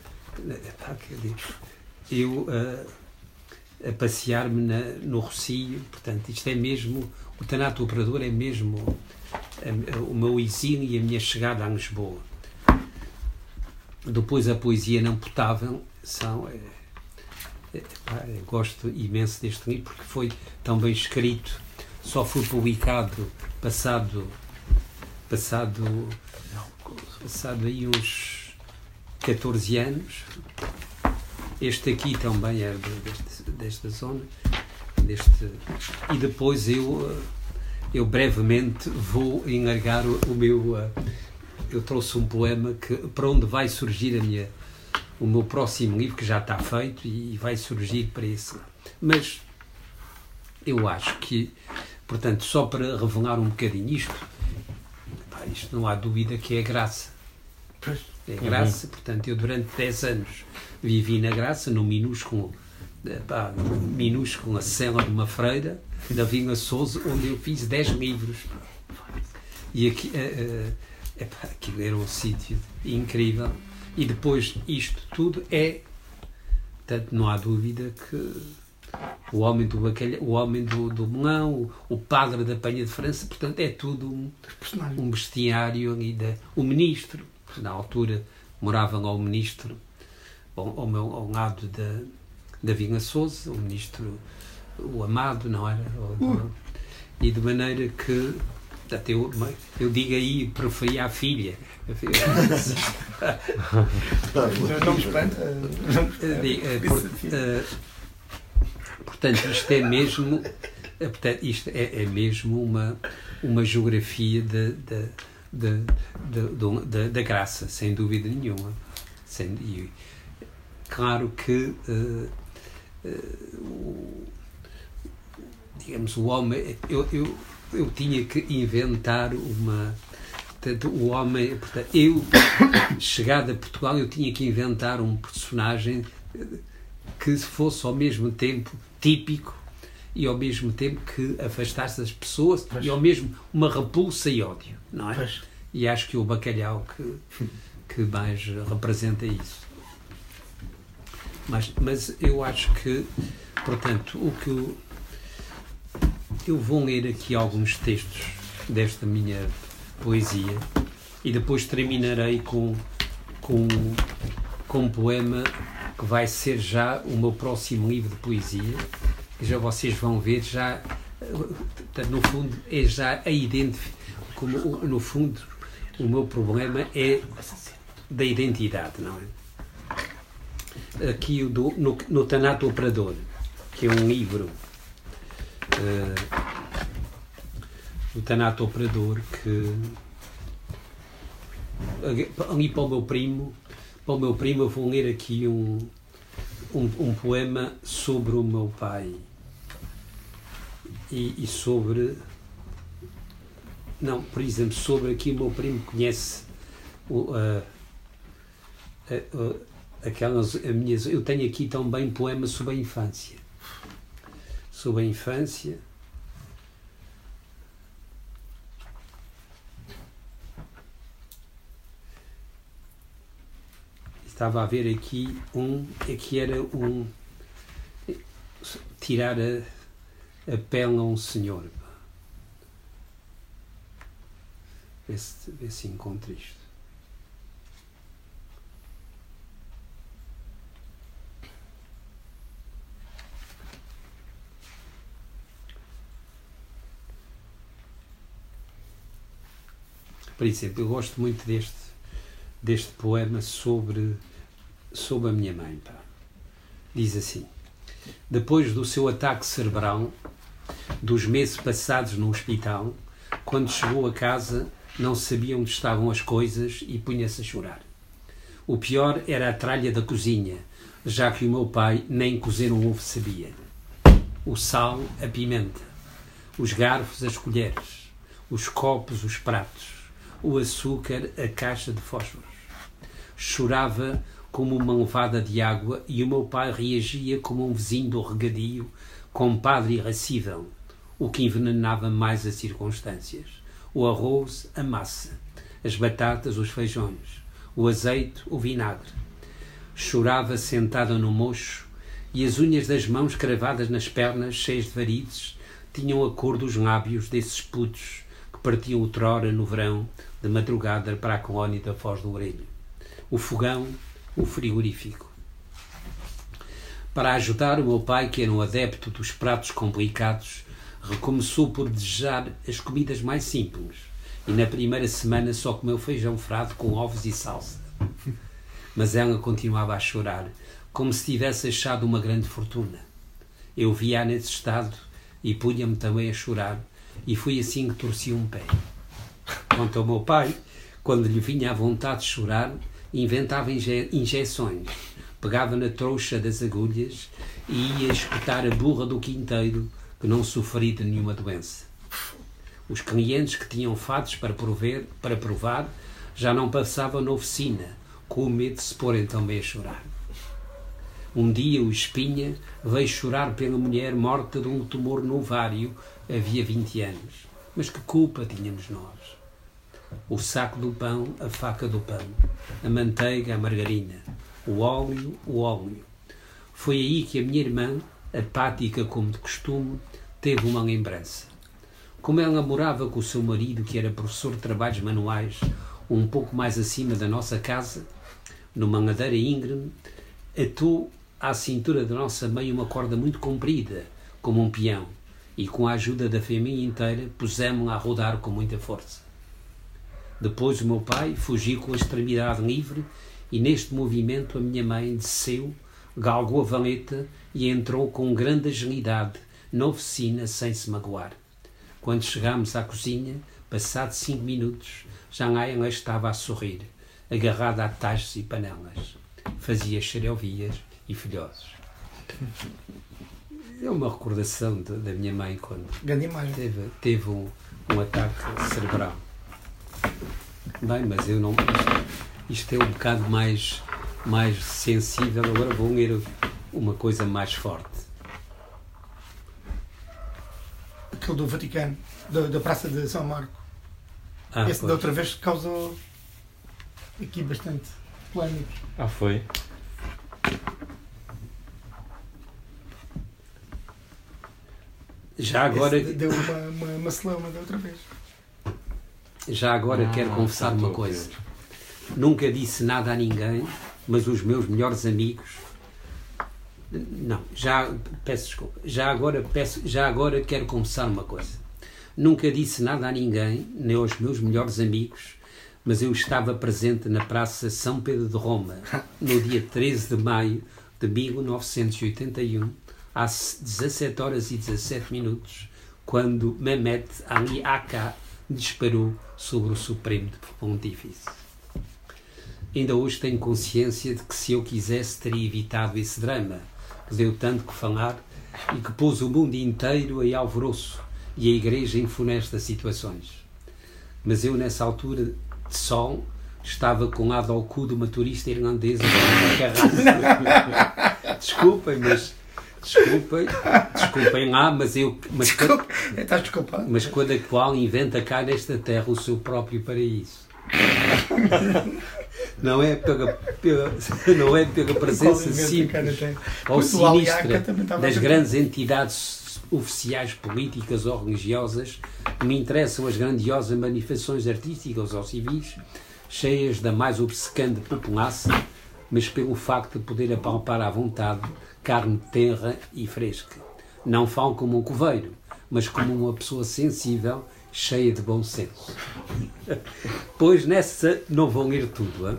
eu uh, a passear-me na, no Rocio, portanto isto é mesmo, o Tanato Operador é mesmo a, a, o meu exílio e a minha chegada a Lisboa. Depois a poesia não potável são é, é, pá, eu gosto imenso deste livro porque foi tão bem escrito, só foi publicado passado passado passado aí uns catorze anos. Este aqui também é deste, desta zona deste, e depois eu eu brevemente vou enlargar o, o meu eu trouxe um poema que, para onde vai surgir a minha, o meu próximo livro, que já está feito e vai surgir para esse lado. Mas eu acho que, portanto, só para revelar um bocadinho isto, pá, isto não há dúvida que é graça. É graça, uhum. Portanto, eu durante dez anos vivi na graça, no minúsculo, pá, minúsculo a cela de uma freira, da Vinha Sousa, onde eu fiz dez livros. E aqui... Uh, uh, Epá, aquilo era um sítio incrível e depois isto tudo é, portanto, não há dúvida que o homem do bacalhau, o homem do, do melão, o, o padre da Penha de França, portanto é tudo um, um bestiário ali, da, o ministro, na altura morava lá o ministro ao, ao, meu, ao lado da, da Vinha Sousa, o ministro, o Amado, não era? Uh. E de maneira que Portanto, eu, eu digo aí, preferia a filha. Não me espanta. Portanto, isto é mesmo, portanto, isto é, é mesmo uma, uma geografia da, da, da, da, da graça, sem dúvida nenhuma. Sem, e, claro que uh, uh, digamos, o homem... Eu, eu, eu tinha que inventar uma... Portanto, o homem... Portanto, eu, chegado a Portugal, eu tinha que inventar um personagem que fosse ao mesmo tempo típico e ao mesmo tempo que afastasse as pessoas, pois. E ao mesmo uma repulsa e ódio, não é? Pois. E acho que o bacalhau que, que mais representa isso. Mas, mas eu acho que, portanto, o que eu... Eu vou ler aqui alguns textos desta minha poesia e depois terminarei com, com, com um poema que vai ser já o meu próximo livro de poesia, que já vocês vão ver, já no fundo é já a identificação, como no fundo o meu problema é da identidade, não é? Aqui o do, no, no Tanato Operador, que é um livro uh, do Tanato Operador, que ali para o meu primo para o meu primo eu vou ler aqui um, um, um poema sobre o meu pai e, e sobre não, por exemplo, sobre aqui o meu primo conhece o, a, a, a, aquelas a minhas, eu tenho aqui também poemas sobre a infância sobre a infância estava a ver aqui um que era um tirar a, a pele a um senhor. Vê se, vê se encontro isto. Por exemplo, eu gosto muito deste deste poema sobre, sobre a minha mãe. Pá. Diz assim: depois do seu ataque cerebral, dos meses passados no hospital, quando chegou a casa, não sabia onde estavam as coisas e punha-se a chorar. O pior era a tralha da cozinha, já que o meu pai nem cozer um ovo sabia. O sal, a pimenta, os garfos, as colheres, os copos, os pratos, o açúcar, a caixa de fósforos. Chorava como uma levada de água e o meu pai reagia como um vizinho do regadio, compadre irracível, o que envenenava mais as circunstâncias. O arroz, a massa, as batatas, os feijões, o azeite, o vinagre. Chorava sentada no mocho e as unhas das mãos cravadas nas pernas, cheias de varizes, tinham a cor dos lábios desses putos que partiam outrora no verão de madrugada para a colónia da Foz do Orelho. O fogão, o frigorífico. Para ajudar o meu pai, que era um adepto dos pratos complicados, recomeçou por desejar as comidas mais simples e na primeira semana só comeu feijão frado com ovos e salsa. Mas ela continuava a chorar, como se tivesse achado uma grande fortuna. Eu via-a nesse estado e punha-me também a chorar, e foi assim que torci um pé. Quanto ao meu pai, quando lhe vinha à vontade de chorar, inventava inje- injeções, pegava na trouxa das agulhas e ia espetar a burra do quinteiro, que não sofria de nenhuma doença. Os clientes que tinham fatos para, prover, para provar já não passavam na oficina, com o medo de se porem também a chorar. Um dia o Espinha veio chorar pela mulher morta de um tumor no ovário havia vinte anos. Mas que culpa tínhamos nós? O saco do pão, a faca do pão, a manteiga, a margarina, o óleo, o óleo. Foi aí que a minha irmã, apática como de costume, teve uma lembrança. Como ela morava com o seu marido, que era professor de trabalhos manuais, um pouco mais acima da nossa casa, numa ladeira íngreme, atou à cintura da nossa mãe uma corda muito comprida, como um peão, e com a ajuda da família inteira pusemos-la a rodar com muita força. Depois o meu pai fugiu com a extremidade livre e neste movimento a minha mãe desceu, galgou a valeta e entrou com grande agilidade na oficina sem se magoar. Quando chegámos à cozinha, passados cinco minutos, já ela estava a sorrir, agarrada a tachos e panelas. Fazia xereovias e filhosos. É uma recordação de, da minha mãe quando Grande imagem. teve, teve um, um ataque cerebral. Bem, mas eu não... Isto, isto é um bocado mais, mais sensível. Agora vou ler uma coisa mais forte. Aquele do Vaticano, da, da Praça de São Marco. Ah, Esse pois. da outra vez causou aqui bastante polémica. Ah, foi? Já agora, Esse deu uma, uma, uma celeuma da outra vez. já agora Ah, quero confessar estou uma a coisa. ver. Nunca disse nada a ninguém, mas os meus melhores amigos Não, já peço desculpa. Já agora, peço, já agora quero confessar uma coisa. Nunca disse nada a ninguém, nem aos meus melhores amigos, mas eu estava presente na Praça São Pedro de Roma, no dia treze de maio de mil novecentos e oitenta e um, às dezassete horas e dezassete minutos, quando Mehmet Ali Aka disparou sobre o Supremo Pontífice. Ainda hoje tenho consciência de que, se eu quisesse, teria evitado esse drama, que deu tanto que falar e que pôs o mundo inteiro em alvoroço e a Igreja em funestas situações. Mas eu, nessa altura de sol, estava colado ao cu de uma turista irlandesa com uma carraça. Desculpem, mas... Desculpem, desculpem lá, mas eu... Mas, Desculpa, estás desculpado. mas cada qual inventa cá nesta terra o seu próprio paraíso. Não é pela, pela, não é pela presença simples ou sinistra das grandes entidades oficiais políticas ou religiosas que me interessam as grandiosas manifestações artísticas ou civis, cheias da mais obcecante populaça, mas pelo facto de poder apalpar à vontade carne tenra e fresca. Não falo como um coveiro, mas como uma pessoa sensível, cheia de bom senso. Pois nessa... Não vão ler tudo, hein?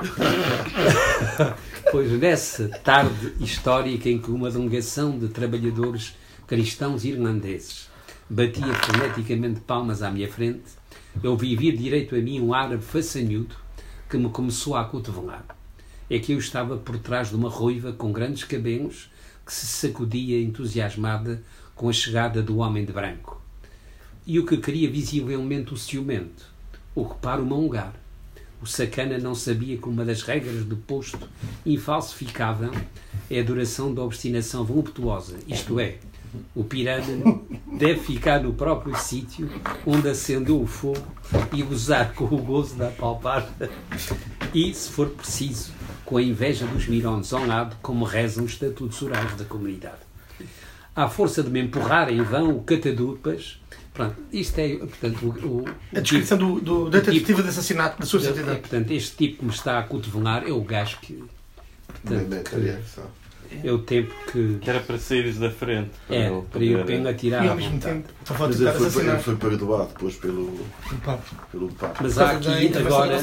Pois nessa tarde histórica em que uma delegação de trabalhadores cristãos irlandeses batia freneticamente palmas à minha frente, eu vi vir direito a mim um árabe façanhudo que me começou a acotovelar. É que eu estava por trás de uma ruiva com grandes cabelos que se sacudia entusiasmada com a chegada do homem de branco. E o que queria visivelmente o ciumento, o reparo mongar. O sacana não sabia que uma das regras do posto infalsificável é a duração da obstinação voluptuosa, isto é, o pirâmide deve ficar no próprio sítio onde acendeu o fogo e gozar com o gozo da palpada e, se for preciso, com a inveja dos mirões ao lado, como rezam os estatutos orais da comunidade. À força de me empurrar em vão o catadupas. Pronto, isto é, portanto, o, o, a descrição do, do, da tentativa tipo, de assassinato da sua santidade. É, portanto, este tipo que me está a cotovelar é o gajo que, portanto, que é o tempo que... Que era para saíres da frente. Para é, ele, para ir bem atirar. E ao mesmo tempo, mas ele foi, ele foi perdoado depois pelo pelo Papa. Mas há aqui, agora...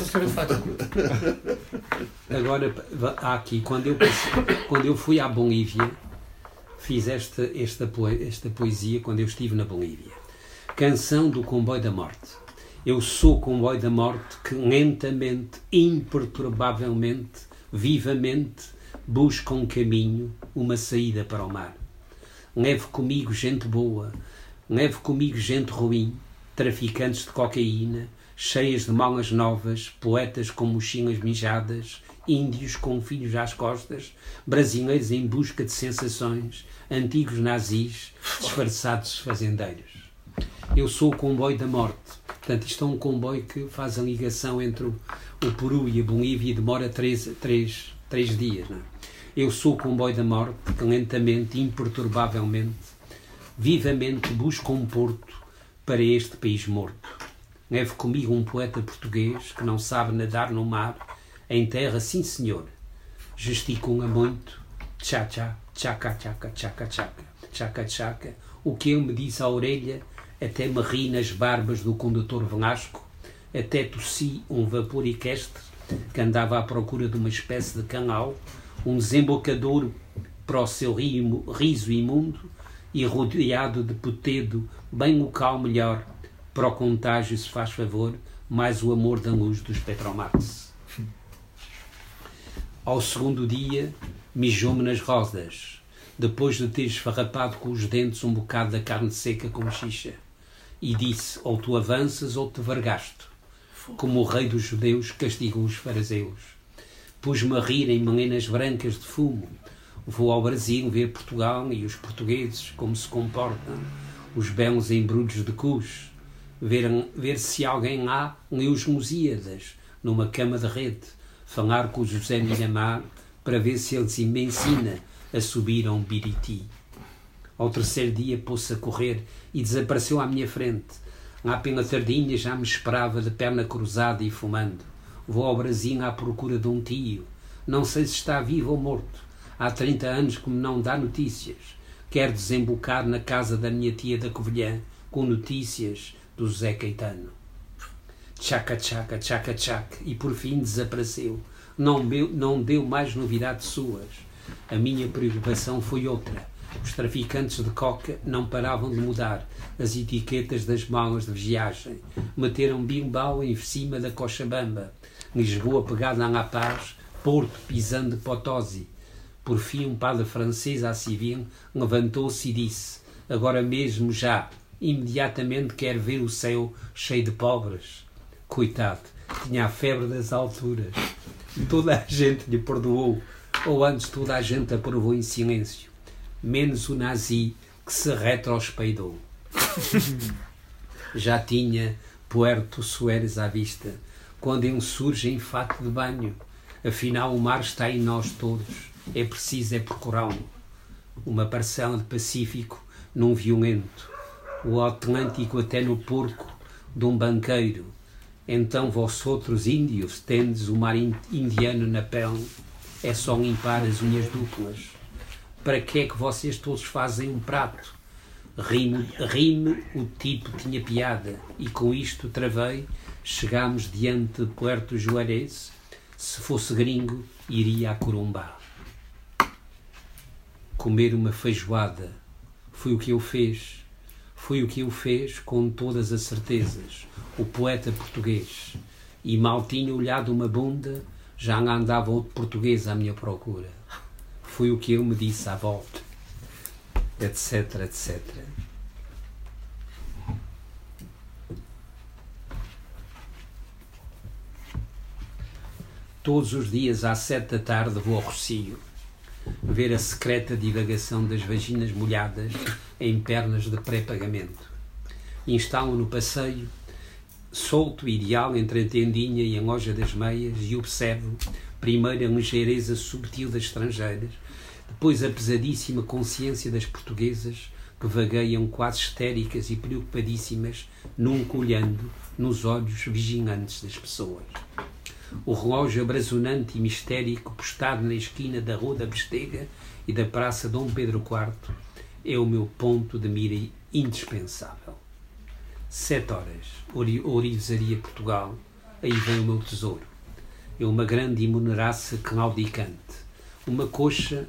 agora, há aqui, quando eu, quando eu fui à Bolívia, fiz esta, esta, esta poesia quando eu estive na Bolívia. Canção do Comboio da Morte. Eu sou o comboio da morte que lentamente, imperturbavelmente, vivamente, busca um caminho, uma saída para o mar. Leve comigo gente boa, leve comigo gente ruim, traficantes de cocaína, cheias de malas novas, poetas com mochilas mijadas, índios com filhos às costas, brasileiros em busca de sensações, antigos nazis, disfarçados de fazendeiros. Eu sou o comboio da morte. Portanto, isto é um comboio que faz a ligação entre o, o Peru e a Bolívia e demora três, três, três dias. Não é? Eu sou o comboio da morte que lentamente, imperturbavelmente, vivamente busca um porto para este país morto. Leve comigo um poeta português que não sabe nadar no mar, em terra, sim senhor. Gesticula muito, tchá-tchá, tchaca-tchaca, tchaca-tchaca, tchaca-tchaca, o que ele me disse à orelha, até me ri nas barbas do condutor Velasco, até tossi um vapor equestre que andava à procura de uma espécie de canal, um desembocador para o seu riso imundo e rodeado de potedo, bem local melhor, para o contágio, se faz favor, mais o amor da luz dos Petromax. Ao segundo dia, mijou-me nas rodas, depois de ter esfarrapado com os dentes um bocado da carne seca com xixa, e disse, ou tu avanças ou te vergasto, como o rei dos judeus castigou os fariseus. Pus-me a rir em melenas brancas de fumo. Vou ao Brasil ver Portugal e os portugueses, como se comportam, os belos embrulhos de cus, ver, ver se alguém lá lê os Lusíadas, numa cama de rede, falar com o José Miramar, para ver se ele me ensina a subir a um biriti. Ao terceiro dia pôs-se a correr e desapareceu à minha frente. Lá pela tardinha já me esperava de perna cruzada e fumando. Vou ao Brasil à procura de um tio. Não sei se está vivo ou morto. Há trinta anos que me não dá notícias. Quero desembocar na casa da minha tia da Covilhã com notícias do Zé Caetano. Tchaca, tchaca, tchaca, tchaca. E por fim desapareceu. Não deu, não deu mais novidades suas. A minha preocupação foi outra. Os traficantes de coca não paravam de mudar as etiquetas das malas de viagem. Meteram Bilbao em cima da Cochabamba, Lisboa pegada a La Paz, Porto pisando Potosí. Por fim, um padre francês à civil levantou-se e disse: agora mesmo já, imediatamente quero ver o céu cheio de pobres. Coitado, tinha a febre das alturas. Toda a gente lhe perdoou, ou antes toda a gente aprovou em silêncio, menos o nazi que se retroespeidou. Já tinha Puerto Suárez à vista, quando ele surge em fato de banho. Afinal, o mar está em nós todos. É preciso é procurá-lo. Uma parcela de Pacífico num violento. O Atlântico até no porco de um banqueiro. Então vós outros índios tendes o mar indiano na pele. É só limpar as unhas duplas. Para que é que vocês todos fazem um prato? Rime, rime o tipo tinha piada. E com isto travei. Chegámos diante de Puerto Juarez. Se fosse gringo, iria a Corumbá. Comer uma feijoada. Foi o que ele fez. Foi o que ele fez com todas as certezas. O poeta português. E mal tinha olhado uma bunda, já lá andava outro português à minha procura. Foi o que ele me disse à volta. Etc, etcétera. Todos os dias às sete da tarde vou ao Rocio ver a secreta divagação das vaginas molhadas em pernas de pré-pagamento. Instalo no passeio, solto e ideal entre a tendinha e a loja das meias e observo primeiro a ligeireza subtil das estrangeiras, depois a pesadíssima consciência das portuguesas que vagueiam quase histéricas e preocupadíssimas, nunca olhando nos olhos vigilantes das pessoas. O relógio abrasonante e mistérico postado na esquina da Rua da Bestega e da Praça Dom Pedro quarto é o meu ponto de mira indispensável. Sete horas, Ourivesaria Portugal, aí vem o meu tesouro. É uma grande imuneraça claudicante, uma coxa,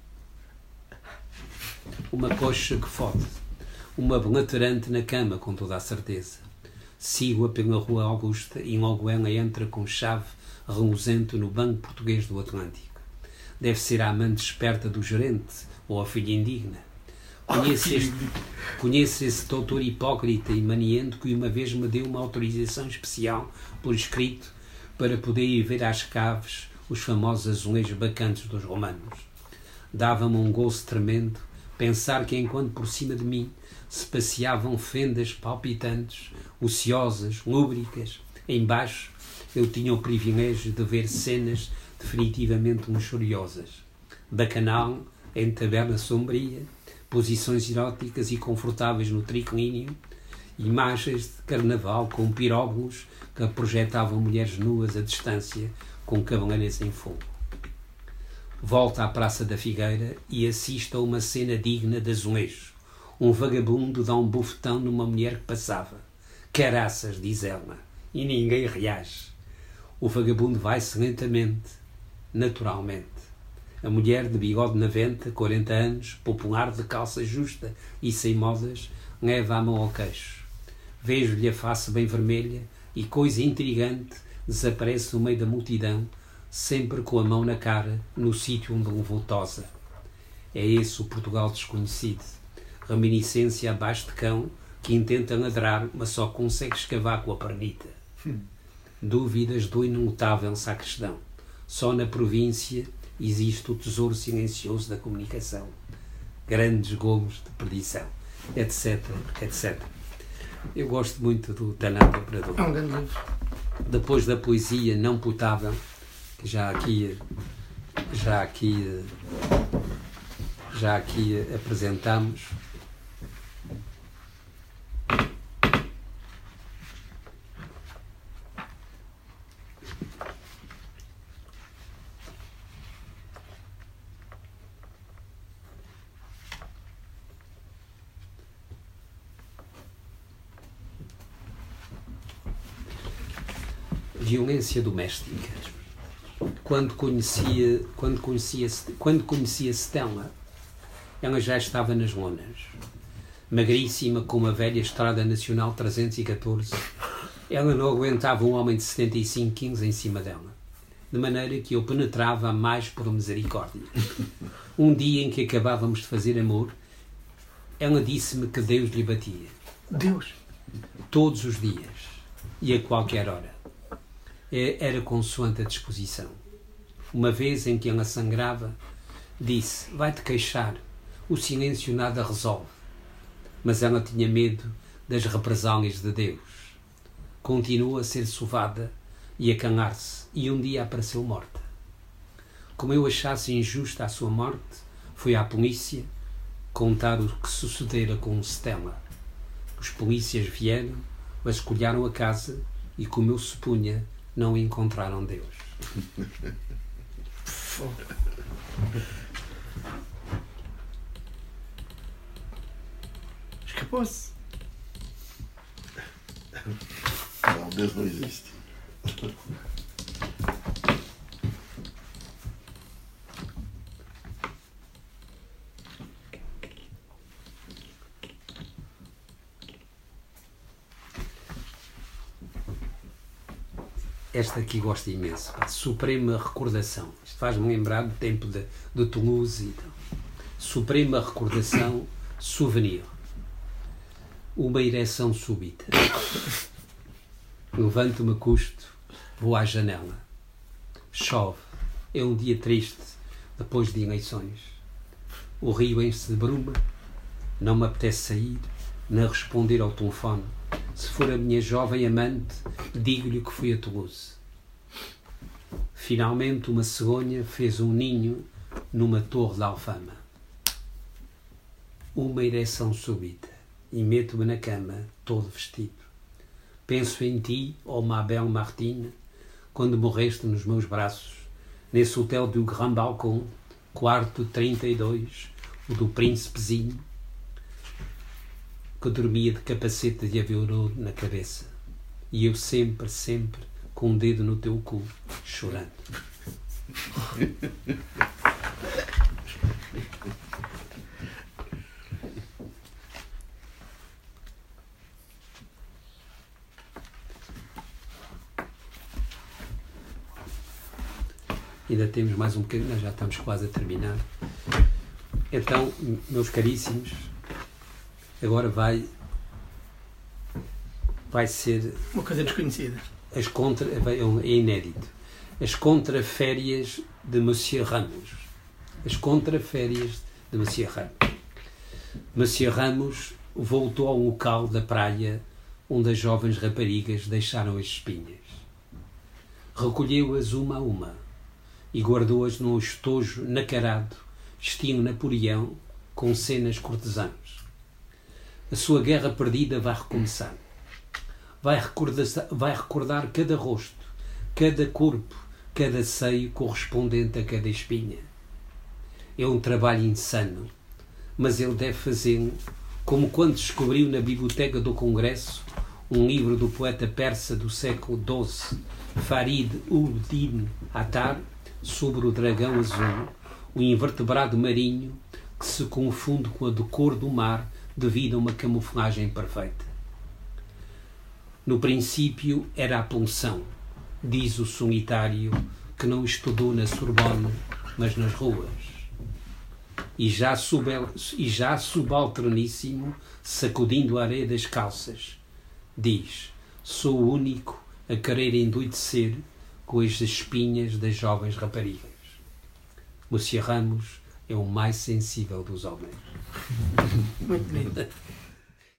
uma coxa que fode, uma belaterante na cama, com toda a certeza. Sigo-a pela Rua Augusta e logo ela entra com chave reluzente no Banco Português do Atlântico. Deve ser a amante esperta do gerente ou a filha indigna. Conheço, este, conheço esse doutor hipócrita e maniento que uma vez me deu uma autorização especial por escrito para poder ir ver às caves os famosos azulejos bacantes dos romanos. Dava-me um gozo tremendo pensar que enquanto por cima de mim se passeavam fendas palpitantes, ociosas, lúbricas, embaixo eu tinha o privilégio de ver cenas definitivamente luxuriosas. Bacanal em taberna sombria, posições eróticas e confortáveis no triclínio, imagens de carnaval com piróbulos que projetavam mulheres nuas à distância com cabeleireiras em fogo. Volta à Praça da Figueira e assiste a uma cena digna de azulejo. Um vagabundo dá um bufetão numa mulher que passava. Caraças, diz ela, e ninguém reage. O vagabundo vai-se lentamente, naturalmente. A mulher de bigode na venta, quarenta anos, popular, de calça justa e sem modas, leva a mão ao queixo. Vejo-lhe a face bem vermelha e, coisa intrigante, desaparece no meio da multidão, sempre com a mão na cara, no sítio onde levou tosa. É esse o Portugal desconhecido. Reminiscência abaixo de cão que intenta ladrar, mas só consegue escavar com a pernita. Hum. Dúvidas do inelutável sacristão. Só na província existe o tesouro silencioso da comunicação. Grandes gomos de perdição, etc, etcétera. Eu gosto muito do Tanata Operador. É um grande livro. Depois da poesia não potável, que já aqui, já aqui, já aqui apresentamos, Violência doméstica. Quando conhecia, quando conhecia, quando conhecia Stella, ela já estava nas lonas. Magríssima como a velha Estrada Nacional trezentos e catorze, ela não aguentava um homem de setenta e cinco quilos em cima dela, de maneira que eu penetrava mais por misericórdia. Um dia em que acabávamos de fazer amor, ela disse-me que Deus lhe batia. Deus? Todos os dias e a qualquer hora. Era consoante a disposição. Uma vez em que ela sangrava, disse: vai-te queixar, o silêncio nada resolve. Mas ela tinha medo das represálias de Deus. Continuou a ser sovada e a calar-se, e um dia apareceu morta. Como eu achasse injusta a sua morte, fui à polícia contar o que sucedera com Stella. Os polícias vieram, vasculharam a casa e, como eu supunha, não encontraram Deus. Escapou-se. Não, Deus não existe. Esta aqui gosto imenso. Suprema recordação. Isto faz-me lembrar do tempo de, de Toulouse e tal. Suprema recordação, souvenir. Uma ereção súbita. Levanto-me a custo, vou à janela. Chove. É um dia triste, depois de eleições. O rio enche-se de bruma. Não me apetece sair, nem responder ao telefone. Se for a minha jovem amante, digo-lhe que fui a Toulouse. Finalmente uma cegonha fez um ninho numa torre de Alfama. Uma ereção súbita, e meto-me na cama, todo vestido. Penso em ti, ó Mabel Martine, quando morreste nos meus braços, nesse hotel do Grand Balcon, quarto trinta e dois, o do príncipezinho, que dormia de capacete de avião na cabeça. E eu sempre, sempre, com um dedo no teu cu, chorando. Ainda temos mais um bocadinho, nós já estamos quase a terminar. Então, meus caríssimos, agora vai vai ser uma coisa desconhecida. As contra, é inédito. As contraférias de Monsieur Ramos. As contraférias de Monsieur Ramos. Monsieur Ramos voltou ao local da praia onde as jovens raparigas deixaram as espinhas. Recolheu-as uma a uma e guardou-as num estojo nacarado, estilo Napoleão, com cenas cortesãs. A sua guerra perdida vai recomeçar. Vai recordar, vai recordar cada rosto, cada corpo, cada seio correspondente a cada espinha. É um trabalho insano, mas ele deve fazê-lo como quando descobriu na biblioteca do Congresso um livro do poeta persa do século doze, Farid ud-Din Attar, sobre o dragão azul, o invertebrado marinho que se confunde com a do cor do mar devido a uma camuflagem perfeita. No princípio era a punção, diz o solitário que não estudou na Sorbonne, mas nas ruas. E já, sub, e já subalterníssimo, sacudindo a areia das calças, diz: sou o único a querer endoidecer com as espinhas das jovens raparigas. Monsieur Ramos é o mais sensível dos homens. Muito lindo.